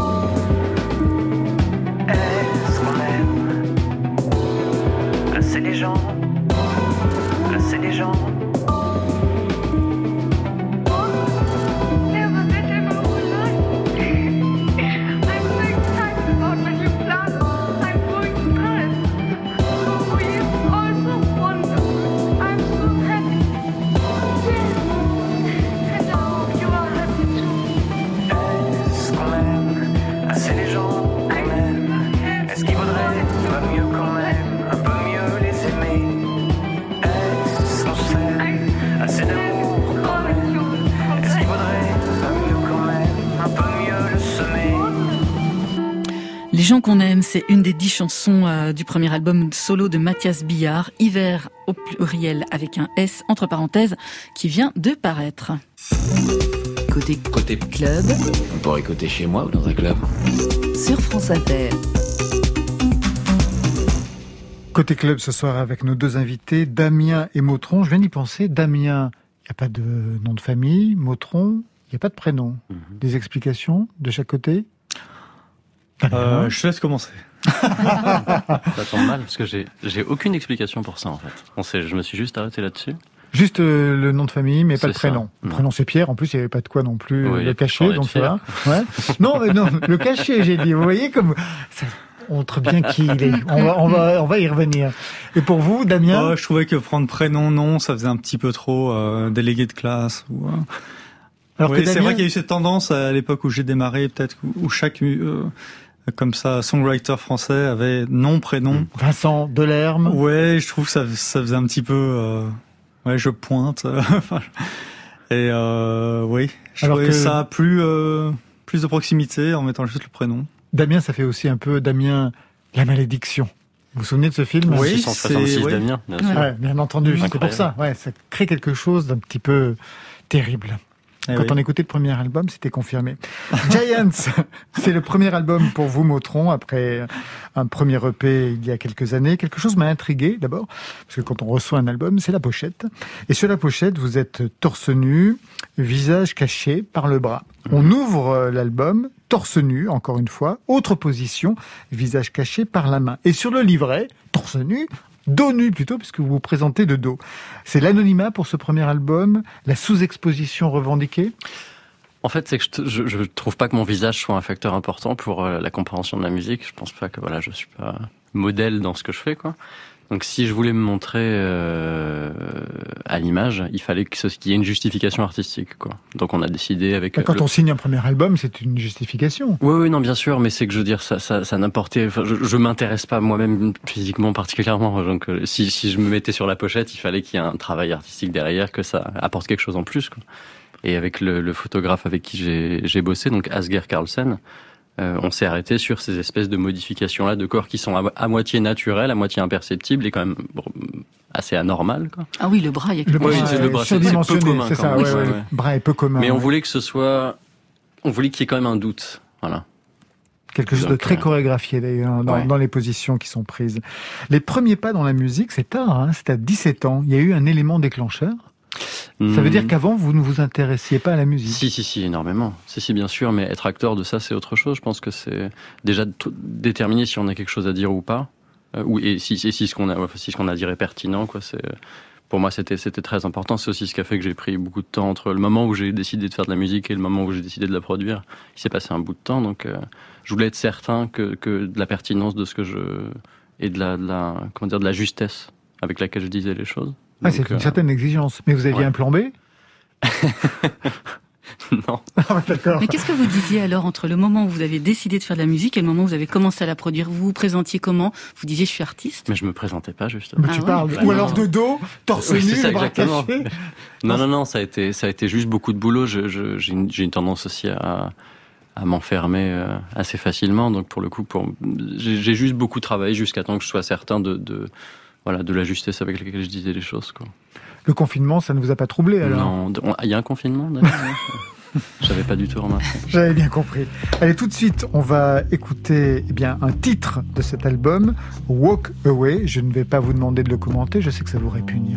S14: Est-ce qu'on aime assez les gens, assez les gens?
S15: Never met him in my life. I'm so excited about my new plan. I'm going to Paris. Oh, he is also wonderful. I'm so happy. Yes. And I hope you are happy too.
S14: Est-ce qu'on aime assez les gens qu'on aime? Est-ce qu'il vaudrait pas mieux quand même, un peu mieux les aimer? Est-ce qu'on s'aime assez d'amour quand même? Est-ce qu'il vaudrait pas mieux quand même, un peu mieux le semer?
S3: Les gens qu'on aime, c'est une des 10 chansons du premier album solo de Mathias Billard, Hiver au pluriel avec un S entre parenthèses, qui vient de paraître.
S6: Côté club,
S17: On pourrait écouter chez moi ou dans un club.
S6: sur France Inter.
S1: Côté club ce soir avec nos deux invités, Damien et Mautron. Je viens d'y penser, Damien, il n'y a pas de nom de famille, Mautron, il n'y a pas de prénom. Des explications de chaque côté?
S4: Je laisse commencer.
S5: Ça tombe mal parce que j'ai aucune explication pour ça en fait. Je me suis juste arrêté là-dessus.
S1: Juste le nom de famille, mais pas le
S5: C'est ça.
S1: prénom. Le prénom c'est Pierre, en plus il n'y avait pas de quoi non plus
S5: Oui,
S1: le cacher,
S5: j'en ai
S1: donc
S5: de
S1: ça va. Ouais. Non, le cacher, j'ai dit. Vous voyez comme ça montre bien qui il est. On va y revenir. Et pour vous, Damien?
S4: Je trouvais que prendre prénom, nom, ça faisait un petit peu trop délégué de classe.
S1: Alors que
S4: c'est
S1: Damien-
S4: vrai qu'il y a eu cette tendance à l'époque où j'ai démarré, peut-être où chaque comme ça songwriter français avait nom, prénom.
S1: Vincent Delerme.
S4: Ouais, je trouve que ça faisait un petit peu. Ouais, je pointe. Et oui, je
S1: Alors
S4: trouvais
S1: que-
S4: ça plus de proximité en mettant juste le prénom.
S1: Damien, ça fait aussi un peu Damien, la malédiction. Vous vous souvenez de ce film?
S4: Oui,
S5: 666
S4: c'est-
S5: Damien, bien sûr.
S1: Ouais, bien entendu. C'est
S5: Incroyable.
S1: pour ça. Ouais, ça crée quelque chose d'un petit peu terrible.
S4: Eh
S1: Quand
S4: oui.
S1: on écoutait le premier album, c'était confirmé. Giants, c'est le premier album pour vous, Mautron, après un premier EP il y a quelques années. Quelque chose m'a intrigué d'abord, parce que quand on reçoit un album, c'est la pochette. Et sur la pochette, vous êtes torse nu, visage caché par le bras. On ouvre l'album, torse nu, encore une fois, autre position, visage caché par la main. Et sur le livret, torse nu, dos nu plutôt, puisque vous vous présentez de dos. C'est l'anonymat pour ce premier album, la sous-exposition revendiquée?
S5: En fait, c'est que je trouve pas que mon visage soit un facteur important pour la compréhension de la musique. Je pense pas que je suis pas modèle dans ce que je fais, quoi. Donc si je voulais me montrer à l'image, il fallait qu'il y ait une justification artistique, quoi. Donc on a décidé avec...
S1: Quand on signe un premier album, c'est une justification.
S5: Oui, non, bien sûr, mais c'est que je veux dire, ça n'importait... Enfin, je m'intéresse pas moi-même physiquement particulièrement. Donc si je me mettais sur la pochette, il fallait qu'il y ait un travail artistique derrière, que ça apporte quelque chose en plus, quoi. Et avec le photographe avec qui j'ai bossé, donc Asger Carlsen, on s'est arrêté sur ces espèces de modifications-là de corps qui sont à moitié naturelles, à moitié imperceptibles et quand même assez anormales, quoi.
S3: Ah oui, le bras, il y a quelque
S1: Le bras,
S3: chose.
S5: le bras, c'est peu
S1: surdimensionné,
S5: commun.
S1: c'est
S5: quand
S1: ça,
S5: même.
S1: ouais. Le bras est peu commun.
S5: Mais on
S1: ouais.
S5: voulait que on voulait qu'il y ait quand même un doute, voilà.
S1: Quelque chose de
S5: Donc,
S1: très chorégraphié d'ailleurs dans les positions qui sont prises. Les premiers pas dans la musique, c'est tard, hein, c'est à 17 ans. Il y a eu un élément déclencheur. Ça veut dire qu'avant, vous ne vous intéressiez pas à la musique?
S5: Si, énormément. Si, bien sûr, mais être acteur de ça, c'est autre chose. Je pense que c'est déjà déterminer si on a quelque chose à dire ou pas, et si ce qu'on a dit est pertinent, quoi. Pour moi, c'était très important. C'est aussi ce qui a fait que j'ai pris beaucoup de temps entre le moment où j'ai décidé de faire de la musique et le moment où j'ai décidé de la produire. Il s'est passé un bout de temps, donc je voulais être certain que de la pertinence de ce que et de la justesse avec laquelle je disais les choses.
S1: C'est une certaine exigence. Mais vous aviez un plan B?
S5: Non.
S1: D'accord.
S3: Mais qu'est-ce que vous disiez alors entre le moment où vous avez décidé de faire de la musique et le moment où vous avez commencé à la produire? Vous vous présentiez comment? Vous disiez je suis artiste?
S5: Mais je me présentais pas, justement.
S1: Mais tu parles. Ou alors de dos, torse nu,
S5: c'est ça,
S1: les bras
S5: exactement.
S1: cachés.
S5: Non, ça a été juste beaucoup de boulot. J'ai une tendance aussi à m'enfermer assez facilement. Donc pour le coup, j'ai juste beaucoup travaillé jusqu'à temps que je sois certain de la justesse avec laquelle je disais les choses, quoi.
S1: Le confinement, ça ne vous a pas troublé alors?
S5: Non, il y a un confinement d'ailleurs. J'avais pas du tout remarqué.
S1: J'avais bien compris. Allez, tout de suite, on va écouter un titre de cet album, Walk Away. Je ne vais pas vous demander de le commenter, je sais que ça vous répugne.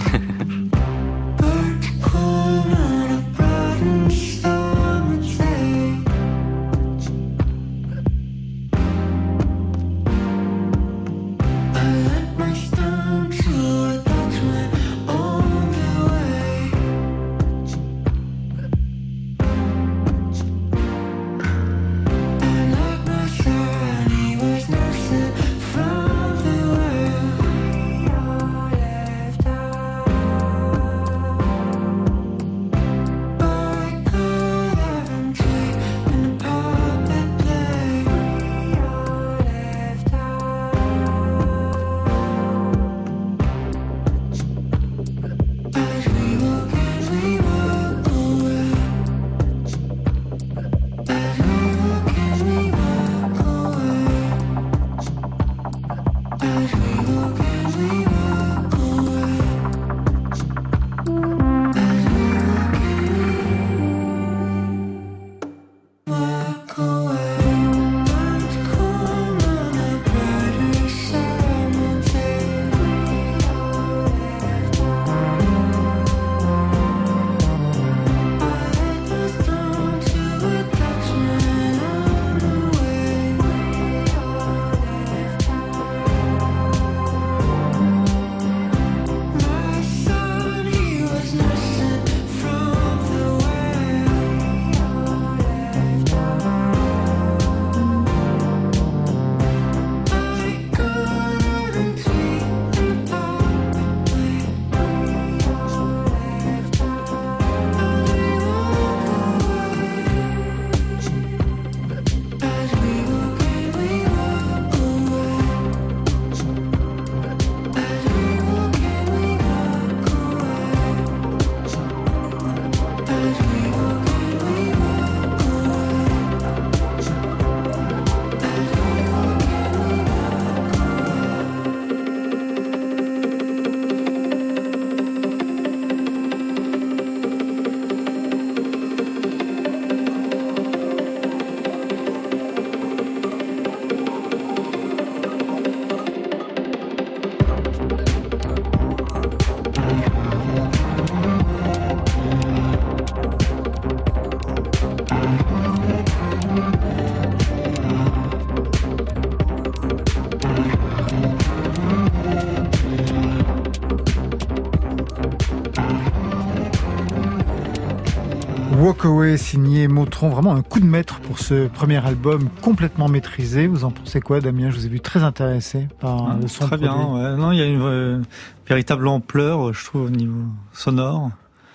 S1: Walk Away, signé Motron, vraiment un coup de maître pour ce premier album complètement maîtrisé. Vous en pensez quoi, Damien? Je vous ai vu très intéressé par le son.
S4: Très bien, ouais. Non, il y a une véritable ampleur, je trouve, au niveau sonore.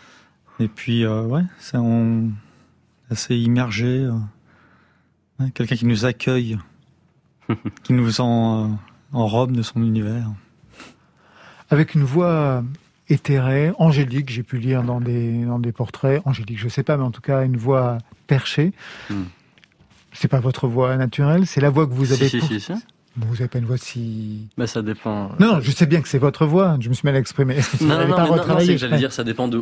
S4: Et puis, c'est assez immergé. Quelqu'un qui nous accueille, qui nous enrobe de son univers.
S1: Avec une voix éthérée, angélique, j'ai pu lire dans des portraits, angélique, je sais pas, mais en tout cas une voix perchée. C'est pas votre voix naturelle, c'est la voix que vous avez.
S5: Si.
S1: Bon, vous avez pas une voix si.
S5: Bah ça dépend.
S1: Non, je sais bien que c'est votre voix. Je me suis mal exprimé.
S5: Non, c'est que j'allais dire, ça dépend de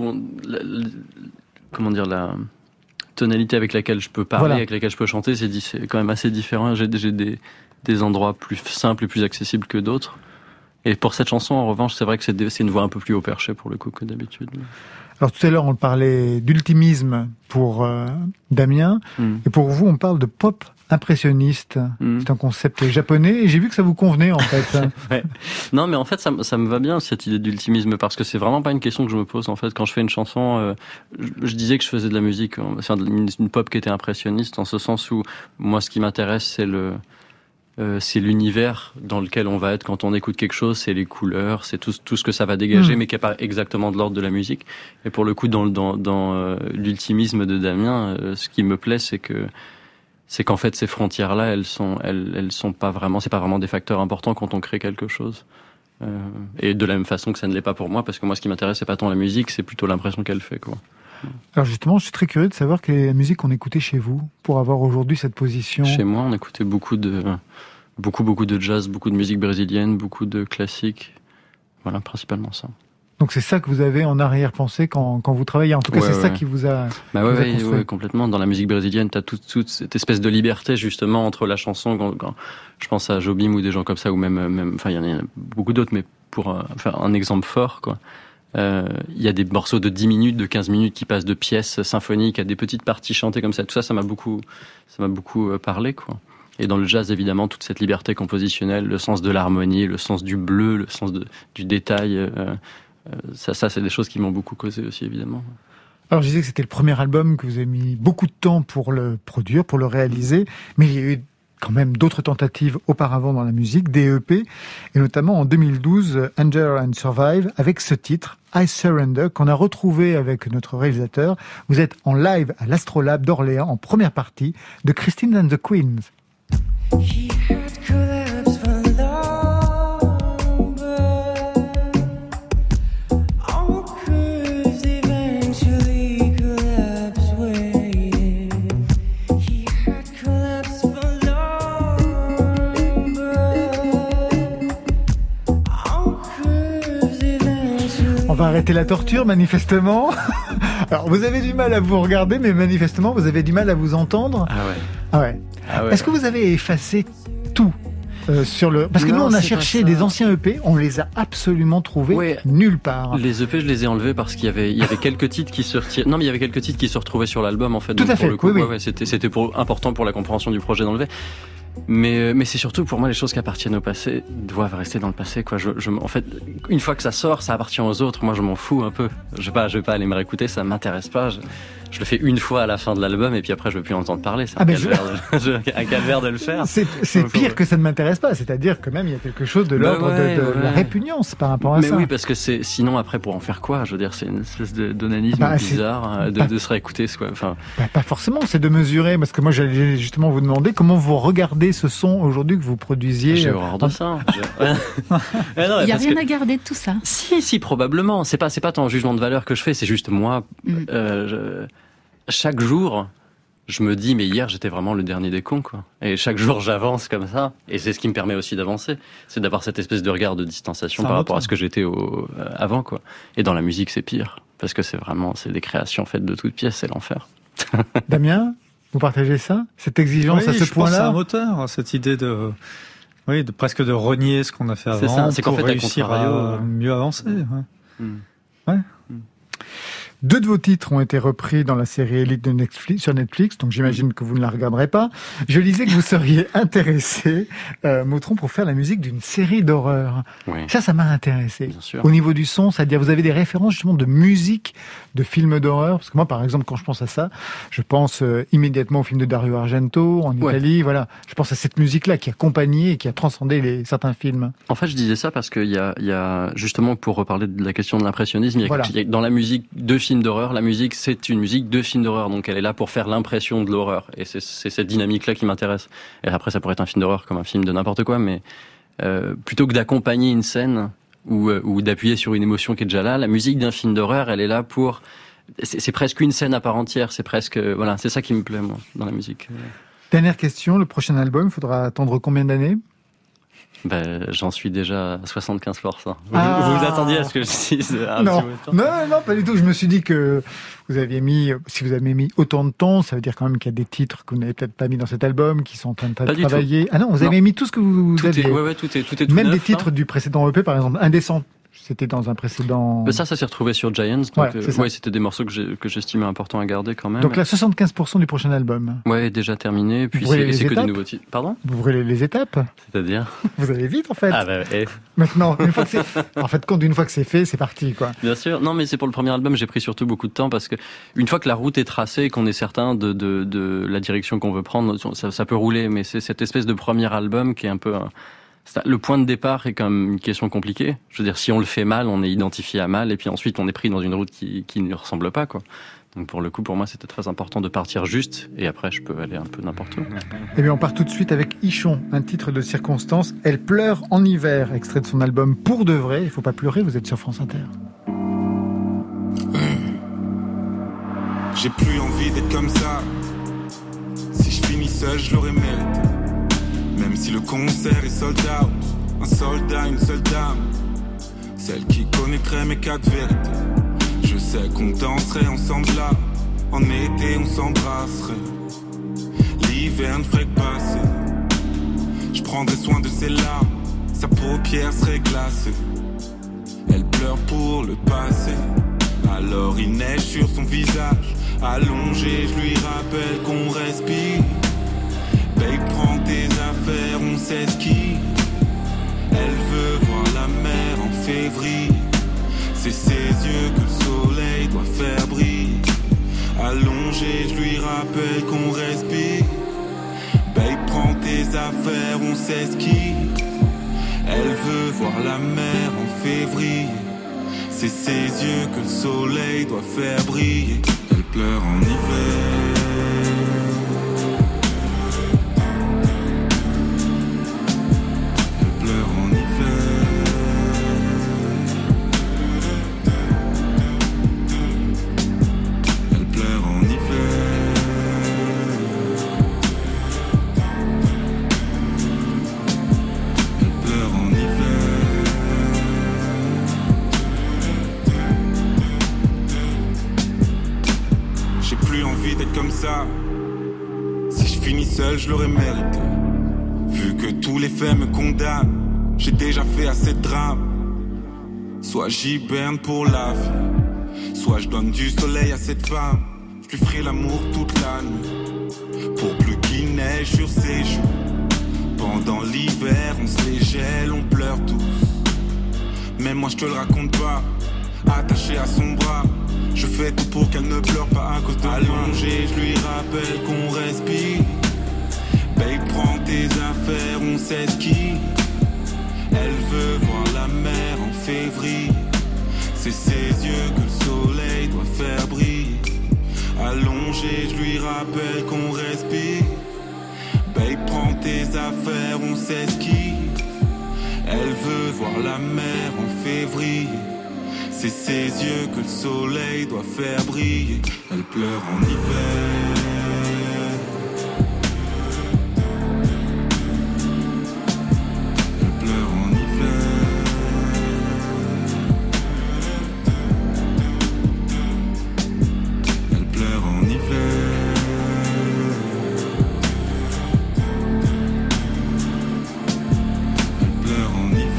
S5: comment dire, la tonalité avec laquelle je peux parler, avec laquelle je peux chanter, c'est quand même assez différent. J'ai des endroits plus simples et plus accessibles que d'autres. Et pour cette chanson, en revanche, c'est vrai que c'est une voix un peu plus haut perché pour le coup que d'habitude.
S1: Alors tout à l'heure, on parlait d'ultimisme pour Damien, et pour vous, on parle de pop impressionniste. C'est un concept japonais, et j'ai vu que ça vous convenait en fait.
S5: Ouais. Non, mais en fait, ça me va bien cette idée d'ultimisme, parce que c'est vraiment pas une question que je me pose en fait. Quand je fais une chanson, je disais que je faisais de la musique, une pop qui était impressionniste, en ce sens où moi, ce qui m'intéresse, c'est c'est l'univers dans lequel on va être quand on écoute quelque chose, c'est les couleurs, c'est tout ce que ça va dégager, mais qui n'est pas exactement de l'ordre de la musique. Et pour le coup, dans l'ultimisme de Damien, ce qui me plaît, c'est qu'en fait ces frontières-là, elles sont pas vraiment, c'est pas vraiment des facteurs importants quand on crée quelque chose. Et de la même façon que ça ne l'est pas pour moi, parce que moi, ce qui m'intéresse, c'est pas tant la musique, c'est plutôt l'impression qu'elle fait, quoi.
S1: Alors justement, je suis très curieux de savoir quelle est la musique qu'on écoutait chez vous pour avoir aujourd'hui cette position.
S5: Chez moi, on écoutait beaucoup de jazz, beaucoup de musique brésilienne, beaucoup de classiques. Voilà, principalement ça.
S1: Donc c'est ça que vous avez en arrière-pensée quand vous travaillez. En tout cas, ça qui vous a
S5: construit. Complètement. Dans la musique brésilienne, t'as toute cette espèce de liberté justement entre la chanson. Quand je pense à Jobim ou des gens comme ça, ou même, enfin, il y en a beaucoup d'autres, mais pour faire un exemple fort, quoi. Il y a des morceaux de 10 minutes, de 15 minutes qui passent de pièces symphoniques à des petites parties chantées comme ça. Tout ça, ça m'a beaucoup parlé, quoi. Et dans le jazz, évidemment, toute cette liberté compositionnelle, le sens de l'harmonie, le sens du bleu, le sens du détail, ça, c'est des choses qui m'ont beaucoup causé aussi, évidemment.
S1: Alors, je disais que c'était le premier album que vous avez mis beaucoup de temps pour le produire, pour le réaliser, mais il y a eu quand même d'autres tentatives auparavant dans la musique, des EP, et notamment en 2012, Endure and Survive, avec ce titre, I Surrender, qu'on a retrouvé avec notre réalisateur. Vous êtes en live à l'Astrolabe d'Orléans, en première partie, de Christine and the Queens. On va arrêter la torture, manifestement. Alors, vous avez du mal à vous regarder, mais manifestement, vous avez du mal à vous entendre. Ah ouais. Est-ce que vous avez effacé tout sur le... Parce que nous, on a cherché des anciens EP, on les a absolument trouvés nulle part.
S5: Les EP, je les ai enlevés parce qu'il y avait quelques titres qui se retiraient. Non, mais il y avait quelques titres qui se retrouvaient sur l'album, en fait.
S1: Tout à fait, oui.
S5: C'était important pour la compréhension du projet d'enlever. Mais c'est surtout pour moi les choses qui appartiennent au passé doivent rester dans le passé, quoi. En fait, une fois que ça sort, ça appartient aux autres. Moi, je m'en fous un peu. Je vais pas aller me réécouter, ça m'intéresse pas. Je le fais une fois à la fin de l'album et puis après je veux plus entendre parler. C'est un calvaire de le faire.
S1: C'est pire que ça ne m'intéresse pas. C'est-à-dire que même il y a quelque chose de l'ordre de la répugnance par rapport à ça.
S5: Mais oui, parce que sinon après pour en faire quoi? Je veux dire, c'est une espèce d'onanisme bizarre de se réécouter, quoi. Enfin,
S1: pas forcément. C'est de mesurer, parce que moi j'allais justement vous demander comment vous regardez ce son aujourd'hui que vous produisiez.
S5: J'ai horreur de ça.
S3: Il n'y a rien à garder de tout ça.
S5: Si, probablement. C'est pas tant un jugement de valeur que je fais, c'est juste moi. Chaque jour, je me dis, mais hier, j'étais vraiment le dernier des cons, quoi. Et chaque jour, j'avance comme ça. Et c'est ce qui me permet aussi d'avancer. C'est d'avoir cette espèce de regard de distanciation par rapport à ce que j'étais avant, quoi. Et dans la musique, c'est pire. Parce que c'est des créations faites de toutes pièces, c'est l'enfer.
S1: Damien, vous partagez ça? Cette exigence à ce point-là?
S4: C'est un moteur, cette idée de presque de renier ce qu'on a fait avant.
S5: C'est qu'en fait,
S4: réussir à mieux avancer. Ouais.
S1: Deux de vos titres ont été repris dans la série Elite sur Netflix, donc j'imagine que vous ne la regarderez pas. Je lisais que vous seriez intéressé, Mautron, pour faire la musique d'une série d'horreur.
S5: Oui.
S1: Ça m'a intéressé.
S5: Bien sûr.
S1: Au niveau du son, c'est-à-dire vous avez des références justement de musique de films d'horreur, parce que moi, par exemple, quand je pense à ça, je pense immédiatement au film de Dario Argento en Italie. Voilà, je pense à cette musique-là qui a accompagné et qui a transcendé certains films.
S5: En fait, je disais ça parce qu'il y a justement, pour reparler de la question de l'impressionnisme, il y a dans la musique de film d'horreur, la musique c'est une musique de film d'horreur, donc elle est là pour faire l'impression de l'horreur, et c'est cette dynamique-là qui m'intéresse. Et après ça pourrait être un film d'horreur comme un film de n'importe quoi, mais plutôt que d'accompagner une scène ou d'appuyer sur une émotion qui est déjà là, la musique d'un film d'horreur, elle est là pour... C'est presque une scène à part entière, c'est presque... Voilà, c'est ça qui me plaît, moi, dans la musique.
S1: Dernière question, le prochain album, il faudra attendre combien d'années ?
S5: J'en suis déjà à 75%. Vous vous attendiez à ce que je dise un petit peu de temps ?
S1: Non, pas du tout. Je me suis dit que si vous avez mis autant de temps, ça veut dire quand même qu'il y a des titres que vous n'avez peut-être pas mis dans cet album, qui sont en train de travailler. Ah non, vous avez mis tout ce que vous aviez.
S5: Tout est tout
S1: même
S5: neuf,
S1: des titres du précédent EP, par exemple, Indécent. C'était dans un précédent...
S5: Ça s'est retrouvé sur Giants. Donc, c'était des morceaux que j'estimais importants à garder quand même.
S1: Donc là, 75% du prochain album.
S5: Ouais, déjà terminé. Puis c'est que des nouveaux titres. Pardon ?
S1: Vous ouvrez les étapes ?
S5: C'est-à-dire ?
S1: Vous allez vite, en fait.
S5: Ah bah,
S1: Maintenant, une fois que c'est fait, c'est parti, quoi.
S5: Bien sûr. Non, mais c'est pour le premier album, j'ai pris surtout beaucoup de temps parce que une fois que la route est tracée et qu'on est certain de la direction qu'on veut prendre, ça peut rouler. Mais c'est cette espèce de premier album qui est un peu... Le point de départ est quand même une question compliquée. Je veux dire, si on le fait mal, on est identifié à mal, et puis ensuite on est pris dans une route qui ne ressemble pas, quoi. Donc pour le coup, pour moi, c'était très important de partir juste, et après je peux aller un peu n'importe où.
S1: Eh bien, on part tout de suite avec Ichon, un titre de circonstance. Elle pleure en hiver, extrait de son album Pour de vrai. Il faut pas pleurer, vous êtes sur France Inter.
S18: J'ai plus envie d'être comme ça. Si je finis seul, je l'aurais mérité. Même si le concert est sold out, un soldat, une seule dame, celle qui connaîtrait mes 4 vérités. Je sais qu'on danserait ensemble là, en été on s'embrasserait. L'hiver ne ferait que passer. Je prendrais soin de ses larmes, sa paupière serait glacée. Elle pleure pour le passé, alors il neige sur son visage. Allongé, je lui rappelle qu'on respire. Babe, prends tes affaires, on s'esquive. Elle veut voir la mer en février. C'est ses yeux que le soleil doit faire briller. Allongé, je lui rappelle qu'on respire. Babe, prends tes affaires, on s'esquive. Elle veut voir la mer en février. C'est ses yeux que le soleil doit faire briller. Elle pleure en hiver. Si je finis seul, je l'aurais mérité. Vu que tous les faits me condamnent, j'ai déjà fait assez de drames. Soit j'hiberne pour la vie, soit je donne du soleil à cette femme. Je lui ferai l'amour toute la nuit, pour plus qu'il neige sur ses joues. Pendant l'hiver, on se les gèle, on pleure tous. Mais moi je te le raconte pas, attaché à son bras. Je fais tout pour qu'elle ne pleure pas à cause de allongé, je lui rappelle qu'on respire. Babe, prends tes affaires, on s'esquive. Elle veut voir la mer en février. C'est ses yeux que le soleil doit faire briller. Allongé, je lui rappelle qu'on respire. Babe, prends tes affaires, on s'esquive. Elle veut voir la mer en février. C'est ses yeux que le soleil doit faire briller. Elle pleure en hiver. Elle pleure en hiver. Elle pleure en hiver. Elle pleure en hiver.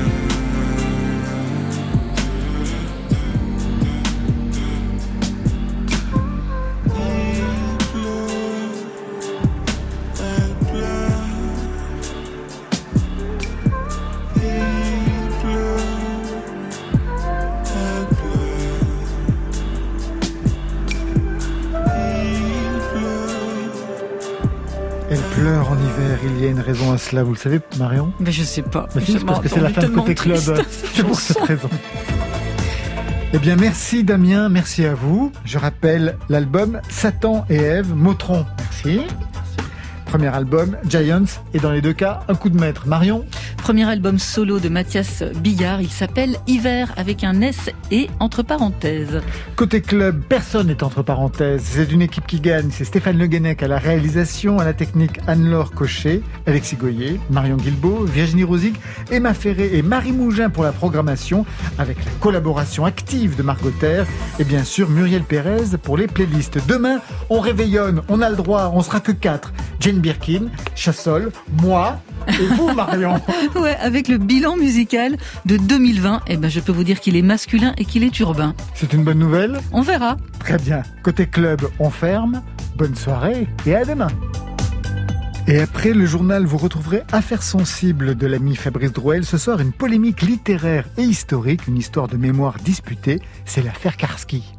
S1: En hiver, il y a une raison à cela, vous le savez, Marion ?
S3: Mais je sais pas.
S1: Mais c'est parce que c'est la fin de Côté Club. C'est pour cette raison. Eh bien, merci Damien, merci à vous. Je rappelle l'album Satan et Ève, Motron. Merci. Premier album, Giants, et dans les deux cas, un coup de maître. Marion ?
S3: Premier album solo de Mathias Billard, il s'appelle Hiver avec un S et entre parenthèses.
S1: Côté club, personne n'est entre parenthèses. C'est une équipe qui gagne. C'est Stéphane Le Guenec à la réalisation, à la technique Anne-Laure Cochet, Alexis Goyer, Marion Guilbault, Virginie Rosig, Emma Ferré et Marie Mougin pour la programmation, avec la collaboration active de Margot Terre et bien sûr Muriel Pérez pour les playlists. Demain, on réveillonne, on a le droit, on sera que 4. Jane Birkin, Chassol, moi, Et vous, Marion?
S3: Ouais, avec le bilan musical de 2020, je peux vous dire qu'il est masculin et qu'il est urbain.
S1: C'est une bonne nouvelle?
S3: On verra.
S1: Très bien. Côté club, on ferme. Bonne soirée et à demain. Et après le journal, vous retrouverez Affaires sensibles de l'ami Fabrice Drouel. Ce soir, une polémique littéraire et historique, une histoire de mémoire disputée, c'est l'affaire Karski.